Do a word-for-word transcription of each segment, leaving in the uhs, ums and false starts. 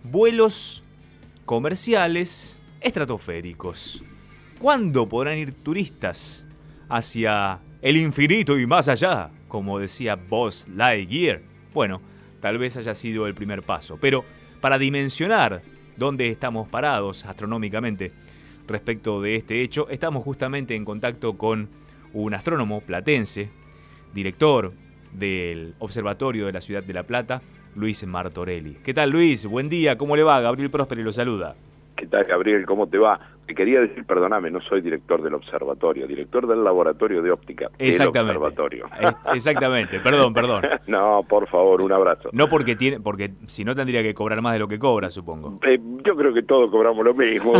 vuelos comerciales estratosféricos. ¿Cuándo podrán ir turistas hacia el infinito y más allá, como decía Buzz Lightyear? Bueno, tal vez haya sido el primer paso, pero para dimensionar dónde estamos parados astronómicamente respecto de este hecho, estamos justamente en contacto con un astrónomo platense, director del Observatorio de la Ciudad de La Plata, Luis Martorelli. ¿Qué tal, Luis? Buen día, ¿cómo le va? Gabriel Prósperi lo saluda. ¿Qué tal, Gabriel? ¿Cómo te va? Te quería decir, perdóname, no soy director del observatorio, director del laboratorio de óptica Exactamente. del observatorio. Es, exactamente, perdón, perdón. No, por favor, un abrazo. No porque tiene, porque si no tendría que cobrar más de lo que cobra, supongo. Eh, yo creo que todos cobramos lo mismo.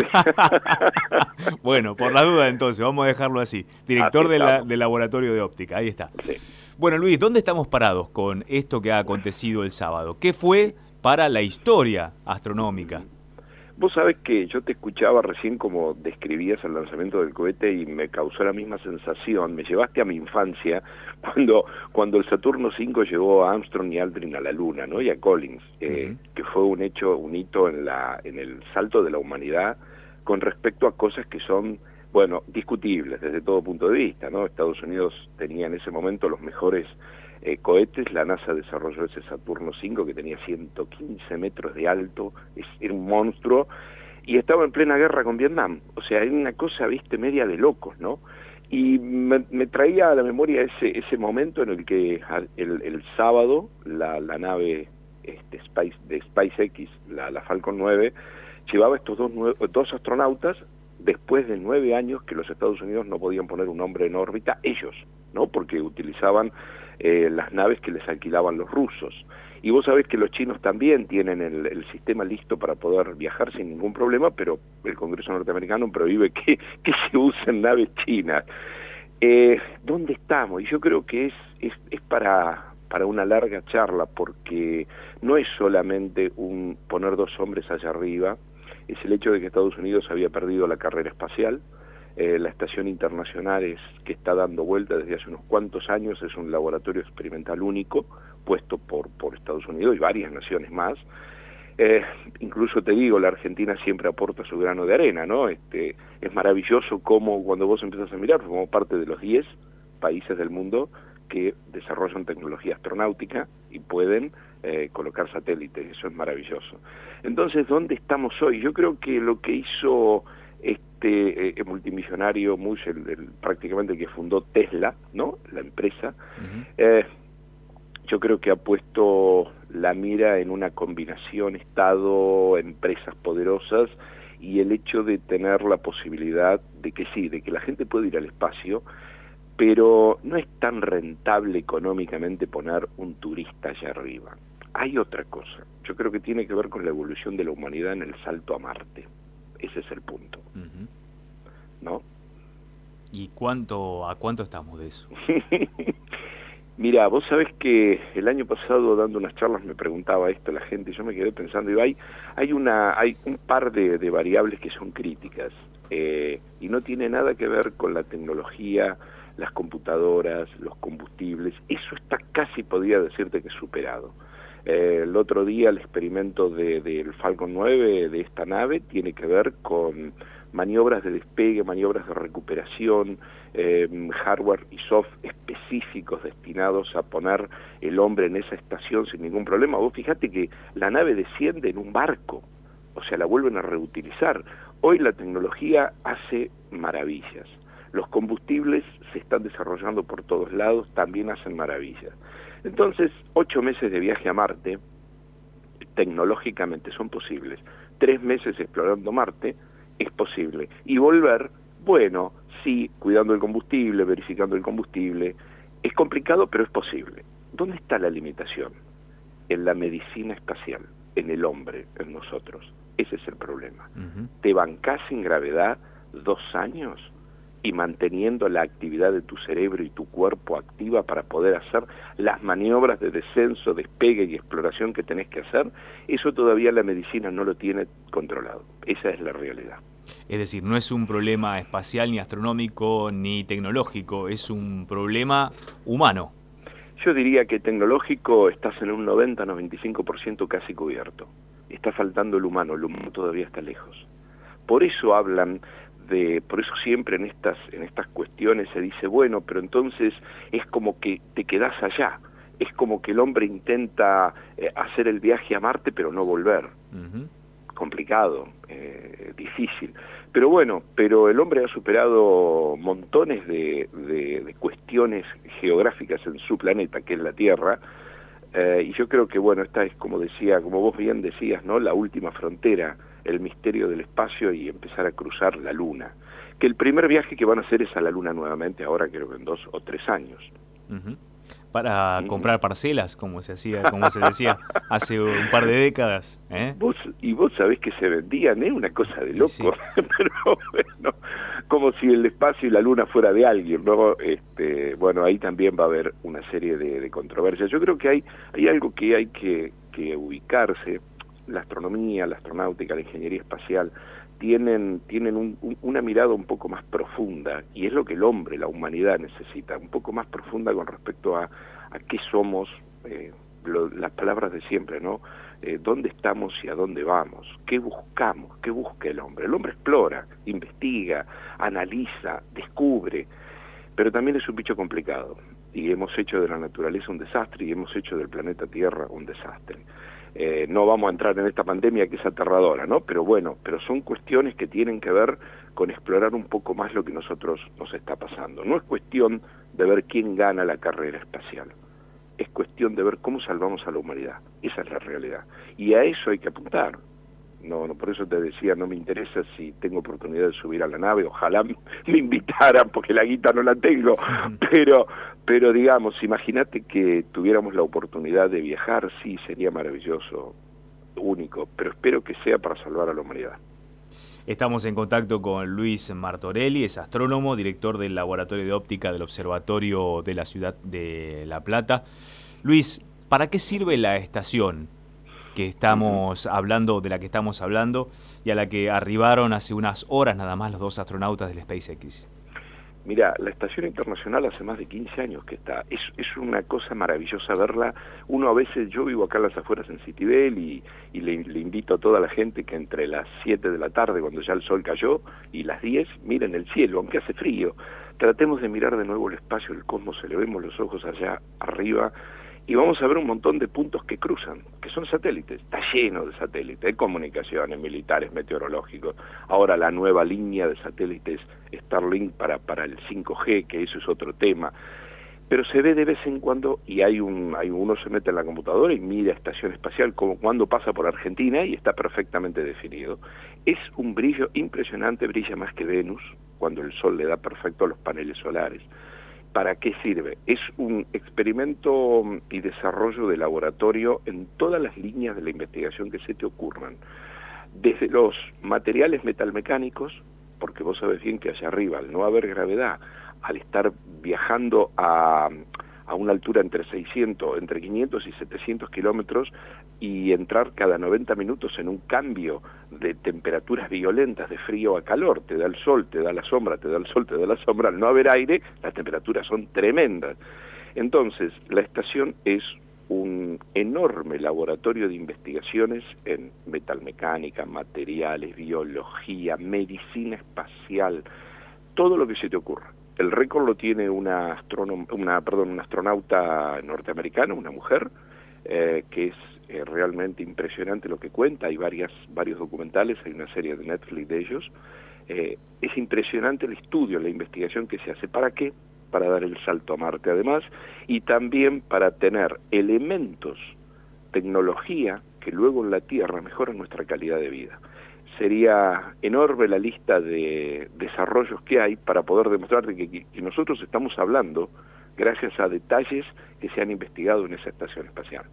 Bueno, por la duda entonces, vamos a dejarlo así. Director de la, del laboratorio de óptica, ahí está. Sí. Bueno, Luis, ¿dónde estamos parados con esto que ha acontecido el sábado? ¿Qué fue para la historia astronómica? Vos sabés que yo te escuchaba recién como describías el lanzamiento del cohete y me causó la misma sensación. Me llevaste a mi infancia cuando cuando el Saturno cinco llevó a Armstrong y Aldrin a la Luna, ¿no? Y a Collins, eh, uh-huh. que fue un hecho, un hito en la en el salto de la humanidad con respecto a cosas que son, bueno, discutibles desde todo punto de vista, ¿no? Estados Unidos tenía en ese momento los mejores Eh, cohetes. La NASA desarrolló ese Saturno cinco que tenía ciento quince metros de alto, es, era un monstruo, y estaba en plena guerra con Vietnam. O sea, era una cosa, viste, media de locos, ¿no? Y me, me traía a la memoria ese ese momento en el que el, el sábado la, la nave este, Space, de SpaceX, la, la Falcon nueve, llevaba estos dos, dos astronautas después de nueve años que los Estados Unidos no podían poner un hombre en órbita, ellos, ¿no? Porque utilizaban eh, las naves que les alquilaban los rusos. Y vos sabés que los chinos también tienen el, el sistema listo para poder viajar sin ningún problema, pero el Congreso norteamericano prohíbe que, que se usen naves chinas. Eh, ¿Dónde estamos? Y yo creo que es, es, es para, para una larga charla, porque no es solamente un poner dos hombres allá arriba, es el hecho de que Estados Unidos había perdido la carrera espacial. Eh, la estación internacional es que está dando vuelta desde hace unos cuantos años, es un laboratorio experimental único puesto por, por Estados Unidos y varias naciones más. Eh, incluso te digo, la Argentina siempre aporta su grano de arena, ¿no? Este, es maravilloso cómo cuando vos empezás a mirar, formamos parte de los diez países del mundo que desarrollan tecnología astronáutica y pueden eh, colocar satélites, eso es maravilloso. Entonces, ¿dónde estamos hoy? Yo creo que lo que hizo este eh, multimillonario Musk, el, el, prácticamente el que fundó Tesla, ¿no? La empresa, uh-huh. eh, yo creo que ha puesto la mira en una combinación Estado, empresas poderosas y el hecho de tener la posibilidad de que sí, de que la gente puede ir al espacio, pero no es tan rentable económicamente poner un turista allá arriba. Hay otra cosa, yo creo que tiene que ver con la evolución de la humanidad en el salto a Marte. Ese es el punto, uh-huh. ¿no? ¿Y cuánto a cuánto estamos de eso? Mira, vos sabés que el año pasado dando unas charlas me preguntaba esto la gente y yo me quedé pensando, y hay, hay, una, hay un par de, de variables que son críticas eh, y no tiene nada que ver con la tecnología, las computadoras, los combustibles, eso está casi, podría decirte que superado. Eh, el otro día el experimento de, del Falcon nueve, de esta nave, tiene que ver con maniobras de despegue, maniobras de recuperación, eh, hardware y soft específicos destinados a poner el hombre en esa estación sin ningún problema. Vos fíjate que la nave desciende en un barco, o sea, la vuelven a reutilizar. Hoy la tecnología hace maravillas. Los combustibles se están desarrollando por todos lados, también hacen maravillas. Entonces, ocho meses de viaje a Marte, tecnológicamente son posibles. Tres meses explorando Marte, es posible. Y volver, bueno, sí, cuidando el combustible, verificando el combustible. Es complicado, pero es posible. ¿Dónde está la limitación? En la medicina espacial, en el hombre, en nosotros. Ese es el problema. Uh-huh. ¿Te bancás sin gravedad dos años? Y manteniendo la actividad de tu cerebro y tu cuerpo activa para poder hacer las maniobras de descenso, despegue y exploración que tenés que hacer, eso todavía la medicina no lo tiene controlado. Esa es la realidad. Es decir, no es un problema espacial, ni astronómico, ni tecnológico, es un problema humano. Yo diría que tecnológico estás en un noventa a noventa y cinco por ciento casi cubierto. está faltando el humano, el humano todavía está lejos. Por eso hablan de, por eso siempre en estas, en estas cuestiones se dice, bueno, pero entonces es como que te quedás allá, es como que el hombre intenta eh, hacer el viaje a Marte pero no volver. Uh-huh. Complicado, eh, difícil. Pero bueno, pero el hombre ha superado montones de, de, de cuestiones geográficas en su planeta, que es la Tierra, eh, y yo creo que, bueno, esta es, como decía, como vos bien decías, ¿no?, la última frontera, el misterio del espacio y empezar a cruzar la Luna. Que el primer viaje que van a hacer es a la Luna nuevamente, ahora creo que en dos o tres años. Uh-huh. Para ¿Sí? comprar parcelas, como se hacía, como se decía hace un par de décadas, ¿eh? Vos, y vos sabés que se vendían, ¿eh? Una cosa de loco, sí. Pero bueno, como si el espacio y la Luna fuera de alguien, ¿no? Este, bueno, ahí también va a haber una serie de, de controversias. Yo creo que hay, hay algo que hay que, que ubicarse. La astronomía, la astronáutica, la ingeniería espacial tienen, tienen un, un, una mirada un poco más profunda, y es lo que el hombre, la humanidad necesita, un poco más profunda con respecto a, a qué somos, eh, lo, las palabras de siempre, ¿no? Eh, ¿Dónde estamos y a dónde vamos? ¿Qué buscamos? ¿Qué busca el hombre? El hombre explora, investiga, analiza, descubre, pero también es un bicho complicado, y hemos hecho de la naturaleza un desastre, y hemos hecho del planeta Tierra un desastre. Eh, no vamos a entrar en esta pandemia que es aterradora, ¿no? Pero bueno, pero son cuestiones que tienen que ver con explorar un poco más lo que nosotros nos está pasando. No es cuestión de ver quién gana la carrera espacial, es cuestión de ver cómo salvamos a la humanidad. Esa es la realidad. Y a eso hay que apuntar. No, no, por eso te decía, no me interesa si tengo oportunidad de subir a la nave, ojalá me invitaran porque la guita no la tengo, pero, pero digamos, imagínate que tuviéramos la oportunidad de viajar, sí, sería maravilloso, único, pero espero que sea para salvar a la humanidad. Estamos en contacto con Luis Martorelli, es astrónomo, director del Laboratorio de Óptica del Observatorio de la Ciudad de La Plata. Luis, ¿para qué sirve la estación que estamos hablando, de la que estamos hablando, y a la que arribaron hace unas horas nada más los dos astronautas del SpaceX? Mira, la estación internacional hace más de quince años que está. Es, es una cosa maravillosa verla. Uno a veces, yo vivo acá en las afueras en Citibel y, y le, le invito a toda la gente que entre las siete de la tarde, cuando ya el sol cayó, y las diez, miren el cielo, aunque hace frío. Tratemos de mirar de nuevo el espacio, el cosmos, se le vemos los ojos allá arriba, y vamos a ver un montón de puntos que cruzan, que son satélites. Está lleno de satélites, de comunicaciones, militares, meteorológicos. Ahora la nueva línea de satélites Starlink para, para el cinco G, que eso es otro tema. Pero se ve de vez en cuando, y hay un, hay uno se mete en la computadora y mira estación espacial como cuando pasa por Argentina y está perfectamente definido. Es un brillo impresionante, brilla más que Venus, cuando el sol le da perfecto a los paneles solares. ¿Para qué sirve? Es un experimento y desarrollo de laboratorio en todas las líneas de la investigación que se te ocurran. Desde los materiales metalmecánicos, porque vos sabés bien que allá arriba, al no haber gravedad, al estar viajando a, a una altura entre seiscientos, entre quinientos y setecientos kilómetros, y entrar cada noventa minutos en un cambio de temperaturas violentas, de frío a calor, te da el sol, te da la sombra, te da el sol, te da la sombra, al no haber aire, las temperaturas son tremendas. Entonces, la estación es un enorme laboratorio de investigaciones en metalmecánica, materiales, biología, medicina espacial, todo lo que se te ocurra. El récord lo tiene una, astrónoma, una, perdón, una astronauta norteamericana, una mujer, eh, que es eh, realmente impresionante lo que cuenta. Hay varias, varios documentales, hay una serie de Netflix de ellos. Eh, es impresionante el estudio, la investigación que se hace. ¿Para qué? Para dar el salto a Marte, además, y también para tener elementos, tecnología, que luego en la Tierra mejoran nuestra calidad de vida. Sería enorme la lista de desarrollos que hay para poder demostrarte que, que nosotros estamos hablando gracias a detalles que se han investigado en esa estación espacial.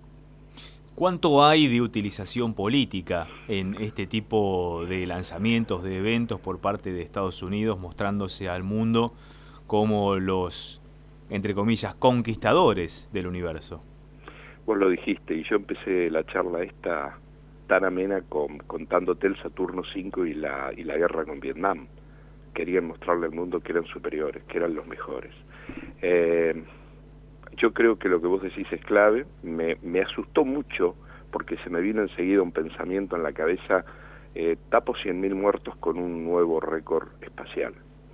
¿Cuánto hay de utilización política en este tipo de lanzamientos, de eventos por parte de Estados Unidos, mostrándose al mundo como los, entre comillas, conquistadores del universo? Vos lo dijiste, y yo empecé la charla esta tan amena con, contándote el Saturno cinco y la, y la guerra con Vietnam. Querían mostrarle al mundo que eran superiores, que eran los mejores. Eh, yo creo que lo que vos decís es clave. Me, me asustó mucho porque se me vino enseguida un pensamiento en la cabeza, eh, tapo cien mil muertos con un nuevo récord espacial.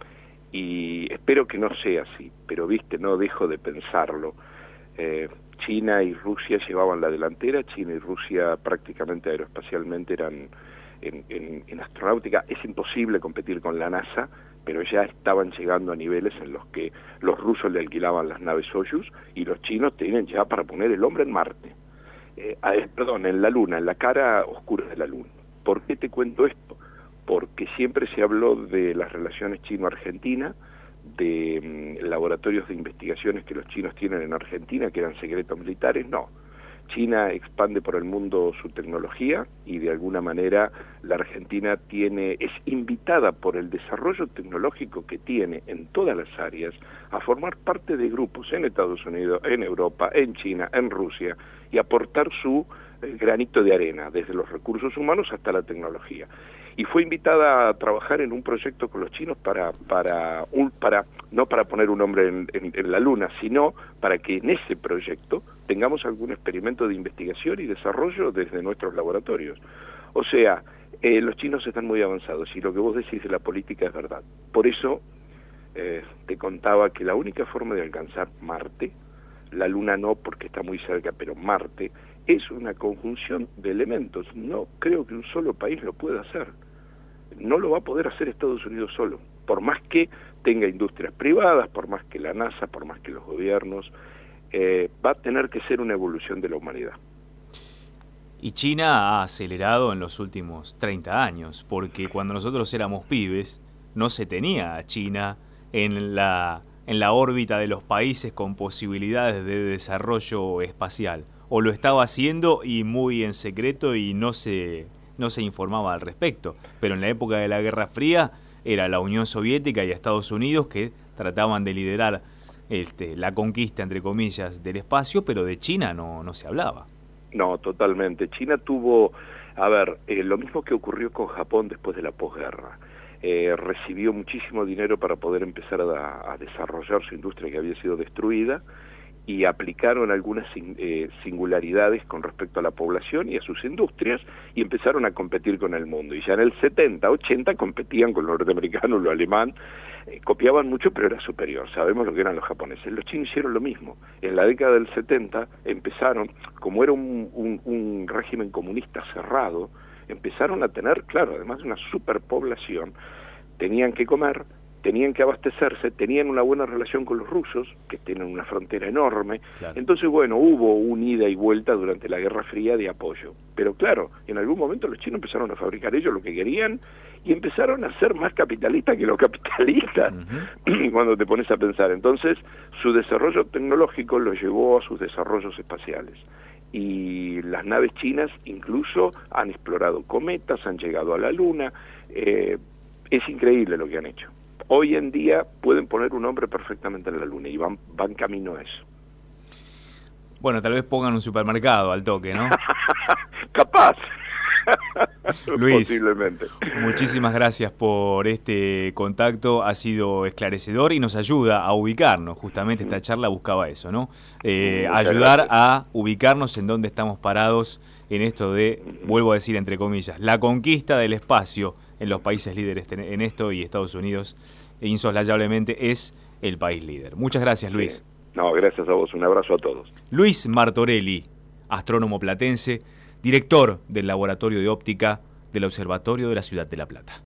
Y espero que no sea así, pero viste, no dejo de pensarlo. Eh, China y Rusia llevaban la delantera, China y Rusia prácticamente aeroespacialmente eran en, en, en astronáutica. Es imposible competir con la NASA, pero ya estaban llegando a niveles en los que los rusos le alquilaban las naves Soyuz y los chinos tienen ya para poner el hombre en Marte. Eh, eh, perdón, en la Luna, en la cara oscura de la Luna. ¿Por qué te cuento esto? Porque siempre se habló de las relaciones chino-argentina, de mm, laboratorios de investigaciones que los chinos tienen en Argentina, que eran secretos militares. No, China expande por el mundo su tecnología y de alguna manera la Argentina tiene, es invitada por el desarrollo tecnológico que tiene en todas las áreas a formar parte de grupos en Estados Unidos, en Europa, en China, en Rusia, y aportar su eh, granito de arena, desde los recursos humanos hasta la tecnología. Y fue invitada a trabajar en un proyecto con los chinos para, para, un, para no para poner un hombre en, en, en la Luna, sino para que en ese proyecto tengamos algún experimento de investigación y desarrollo desde nuestros laboratorios. O sea, eh, los chinos están muy avanzados y lo que vos decís de la política es verdad. Por eso eh, te contaba que la única forma de alcanzar Marte, la Luna no porque está muy cerca, pero Marte, es una conjunción de elementos. No creo que un solo país lo pueda hacer. No lo va a poder hacer Estados Unidos solo, por más que tenga industrias privadas, por más que la NASA, por más que los gobiernos, eh, va a tener que ser una evolución de la humanidad. Y China ha acelerado en los últimos treinta años, porque cuando nosotros éramos pibes, no se tenía a China en la, en la órbita de los países con posibilidades de desarrollo espacial. O lo estaba haciendo y muy en secreto y no se... no se informaba al respecto, pero en la época de la Guerra Fría era la Unión Soviética y Estados Unidos que trataban de liderar este, la conquista, entre comillas, del espacio, pero de China no, no se hablaba. No, totalmente. China tuvo, a ver, eh, lo mismo que ocurrió con Japón después de la posguerra. Eh, recibió muchísimo dinero para poder empezar a, a desarrollar su industria que había sido destruida, y aplicaron algunas eh, singularidades con respecto a la población y a sus industrias y empezaron a competir con el mundo. Y ya en el setenta, ochenta competían con los norteamericanos, los alemán, eh, copiaban mucho pero era superior, sabemos lo que eran los japoneses. Los chinos hicieron lo mismo. En la década del setenta empezaron, como era un, un, un régimen comunista cerrado, empezaron a tener, claro, además de una superpoblación, tenían que comer, tenían que abastecerse, tenían una buena relación con los rusos, que tienen una frontera enorme. Claro. Entonces, bueno, hubo un ida y vuelta durante la Guerra Fría de apoyo. Pero claro, en algún momento los chinos empezaron a fabricar ellos lo que querían y empezaron a ser más capitalistas que los capitalistas, uh-huh. Cuando te pones a pensar. Entonces, su desarrollo tecnológico lo llevó a sus desarrollos espaciales. Y las naves chinas incluso han explorado cometas, han llegado a la Luna. Eh, es increíble lo que han hecho. Hoy en día pueden poner un hombre perfectamente en la Luna y van, van camino a eso. Bueno, tal vez pongan un supermercado al toque, ¿no? Capaz. Luis, posiblemente. Muchísimas gracias por este contacto, ha sido esclarecedor y nos ayuda a ubicarnos. Justamente esta charla buscaba eso, ¿no? Eh, ayudar gracias. a ubicarnos en dónde estamos parados en esto de, vuelvo a decir entre comillas, la conquista del espacio en los países líderes en esto, y Estados Unidos insoslayablemente es el país líder. Muchas gracias, Luis. Sí. No, gracias a vos, un abrazo a todos. Luis Martorelli, astrónomo platense, director del Laboratorio de Óptica del Observatorio de la Ciudad de La Plata.